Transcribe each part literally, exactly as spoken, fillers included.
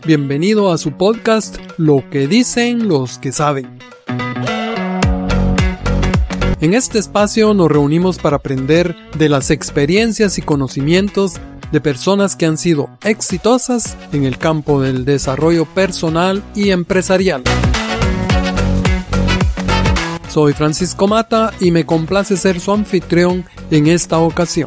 Bienvenido a su podcast Lo que dicen los que saben. En este espacio nos reunimos para aprender de las experiencias y conocimientos de personas que han sido exitosas en el campo del desarrollo personal y empresarial. Soy Francisco Mata y me complace ser su anfitrión en esta ocasión.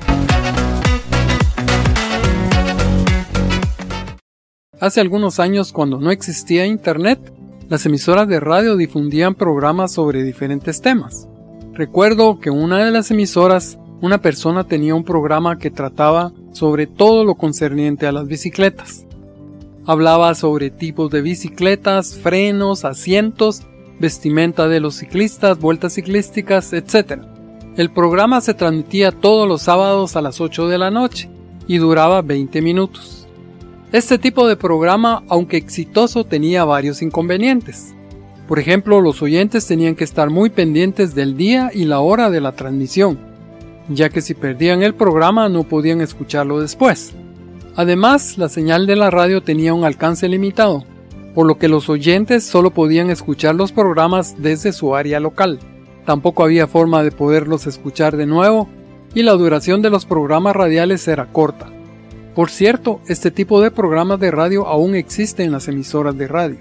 Hace algunos años, cuando no existía internet, las emisoras de radio difundían programas sobre diferentes temas. Recuerdo que en una de las emisoras, una persona tenía un programa que trataba sobre todo lo concerniente a las bicicletas. Hablaba sobre tipos de bicicletas, frenos, asientos, vestimenta de los ciclistas, vueltas ciclísticas, etcétera. El programa se transmitía todos los sábados a las ocho de la noche y duraba veinte minutos. Este tipo de programa, aunque exitoso, tenía varios inconvenientes. Por ejemplo, los oyentes tenían que estar muy pendientes del día y la hora de la transmisión, ya que si perdían el programa no podían escucharlo después. Además, la señal de la radio tenía un alcance limitado, por lo que los oyentes solo podían escuchar los programas desde su área local. Tampoco había forma de poderlos escuchar de nuevo y la duración de los programas radiales era corta. Por cierto, este tipo de programas de radio aún existe en las emisoras de radio.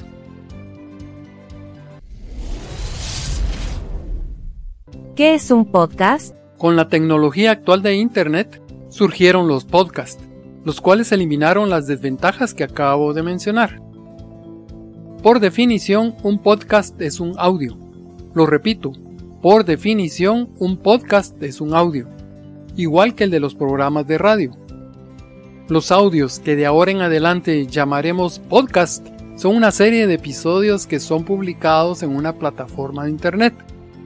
¿Qué es un podcast? Con la tecnología actual de Internet, surgieron los podcasts, los cuales eliminaron las desventajas que acabo de mencionar. Por definición, un podcast es un audio. Lo repito, por definición, un podcast es un audio, igual que el de los programas de radio. Los audios que de ahora en adelante llamaremos podcast son una serie de episodios que son publicados en una plataforma de Internet.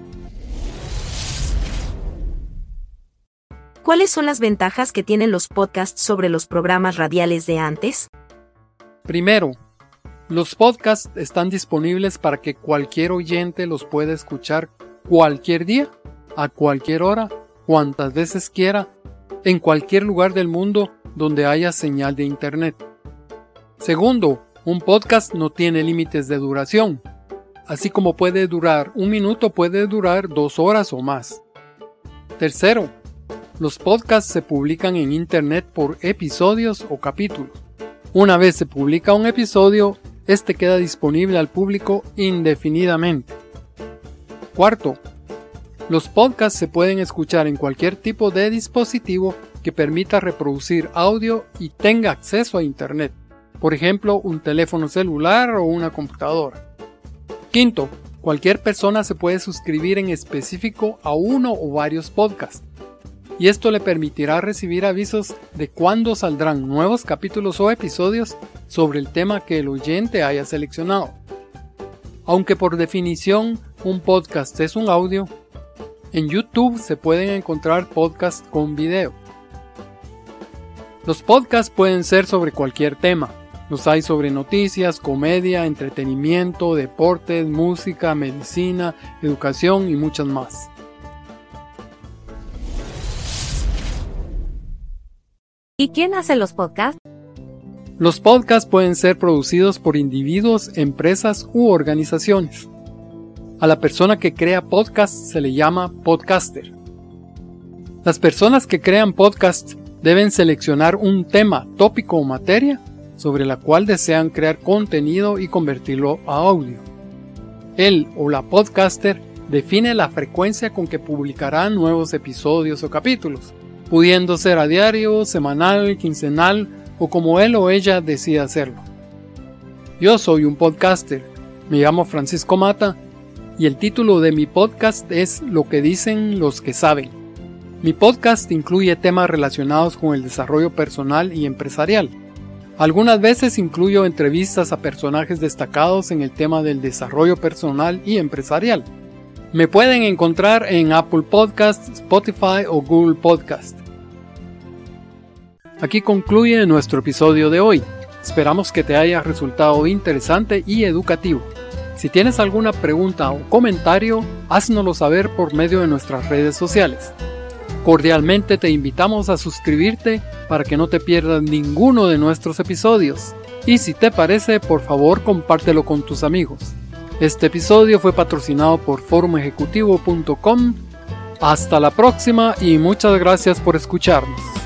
¿Cuáles son las ventajas que tienen los podcasts sobre los programas radiales de antes? Primero, los podcasts están disponibles para que cualquier oyente los pueda escuchar cualquier día, a cualquier hora, cuantas veces quiera, en cualquier lugar del mundo donde haya señal de Internet. Segundo, un podcast no tiene límites de duración. Así como puede durar un minuto, puede durar dos horas o más. Tercero, los podcasts se publican en Internet por episodios o capítulos. Una vez se publica un episodio, este queda disponible al público indefinidamente. Cuarto, los podcasts se pueden escuchar en cualquier tipo de dispositivo que permita reproducir audio y tenga acceso a Internet. Por ejemplo, un teléfono celular o una computadora. Quinto, cualquier persona se puede suscribir en específico a uno o varios podcasts. Y esto le permitirá recibir avisos de cuándo saldrán nuevos capítulos o episodios sobre el tema que el oyente haya seleccionado. Aunque por definición un podcast es un audio, en YouTube se pueden encontrar podcasts con video. Los podcasts pueden ser sobre cualquier tema. Los hay sobre noticias, comedia, entretenimiento, deportes, música, medicina, educación y muchas más. ¿Y quién hace los podcasts? Los podcasts pueden ser producidos por individuos, empresas u organizaciones. A la persona que crea podcasts se le llama podcaster. Las personas que crean podcasts deben seleccionar un tema, tópico o materia sobre la cual desean crear contenido y convertirlo a audio. Él o la podcaster define la frecuencia con que publicará nuevos episodios o capítulos, pudiendo ser a diario, semanal, quincenal o como él o ella decida hacerlo. Yo soy un podcaster, me llamo Francisco Mata y el título de mi podcast es Lo que dicen los que saben. Mi podcast incluye temas relacionados con el desarrollo personal y empresarial. Algunas veces incluyo entrevistas a personajes destacados en el tema del desarrollo personal y empresarial. Me pueden encontrar en Apple Podcasts, Spotify o Google Podcasts. Aquí concluye nuestro episodio de hoy. Esperamos que te haya resultado interesante y educativo. Si tienes alguna pregunta o comentario, háznoslo saber por medio de nuestras redes sociales. Cordialmente te invitamos a suscribirte para que no te pierdas ninguno de nuestros episodios. Y si te parece, por favor, compártelo con tus amigos. Este episodio fue patrocinado por forum ejecutivo punto com. Hasta la próxima y muchas gracias por escucharnos.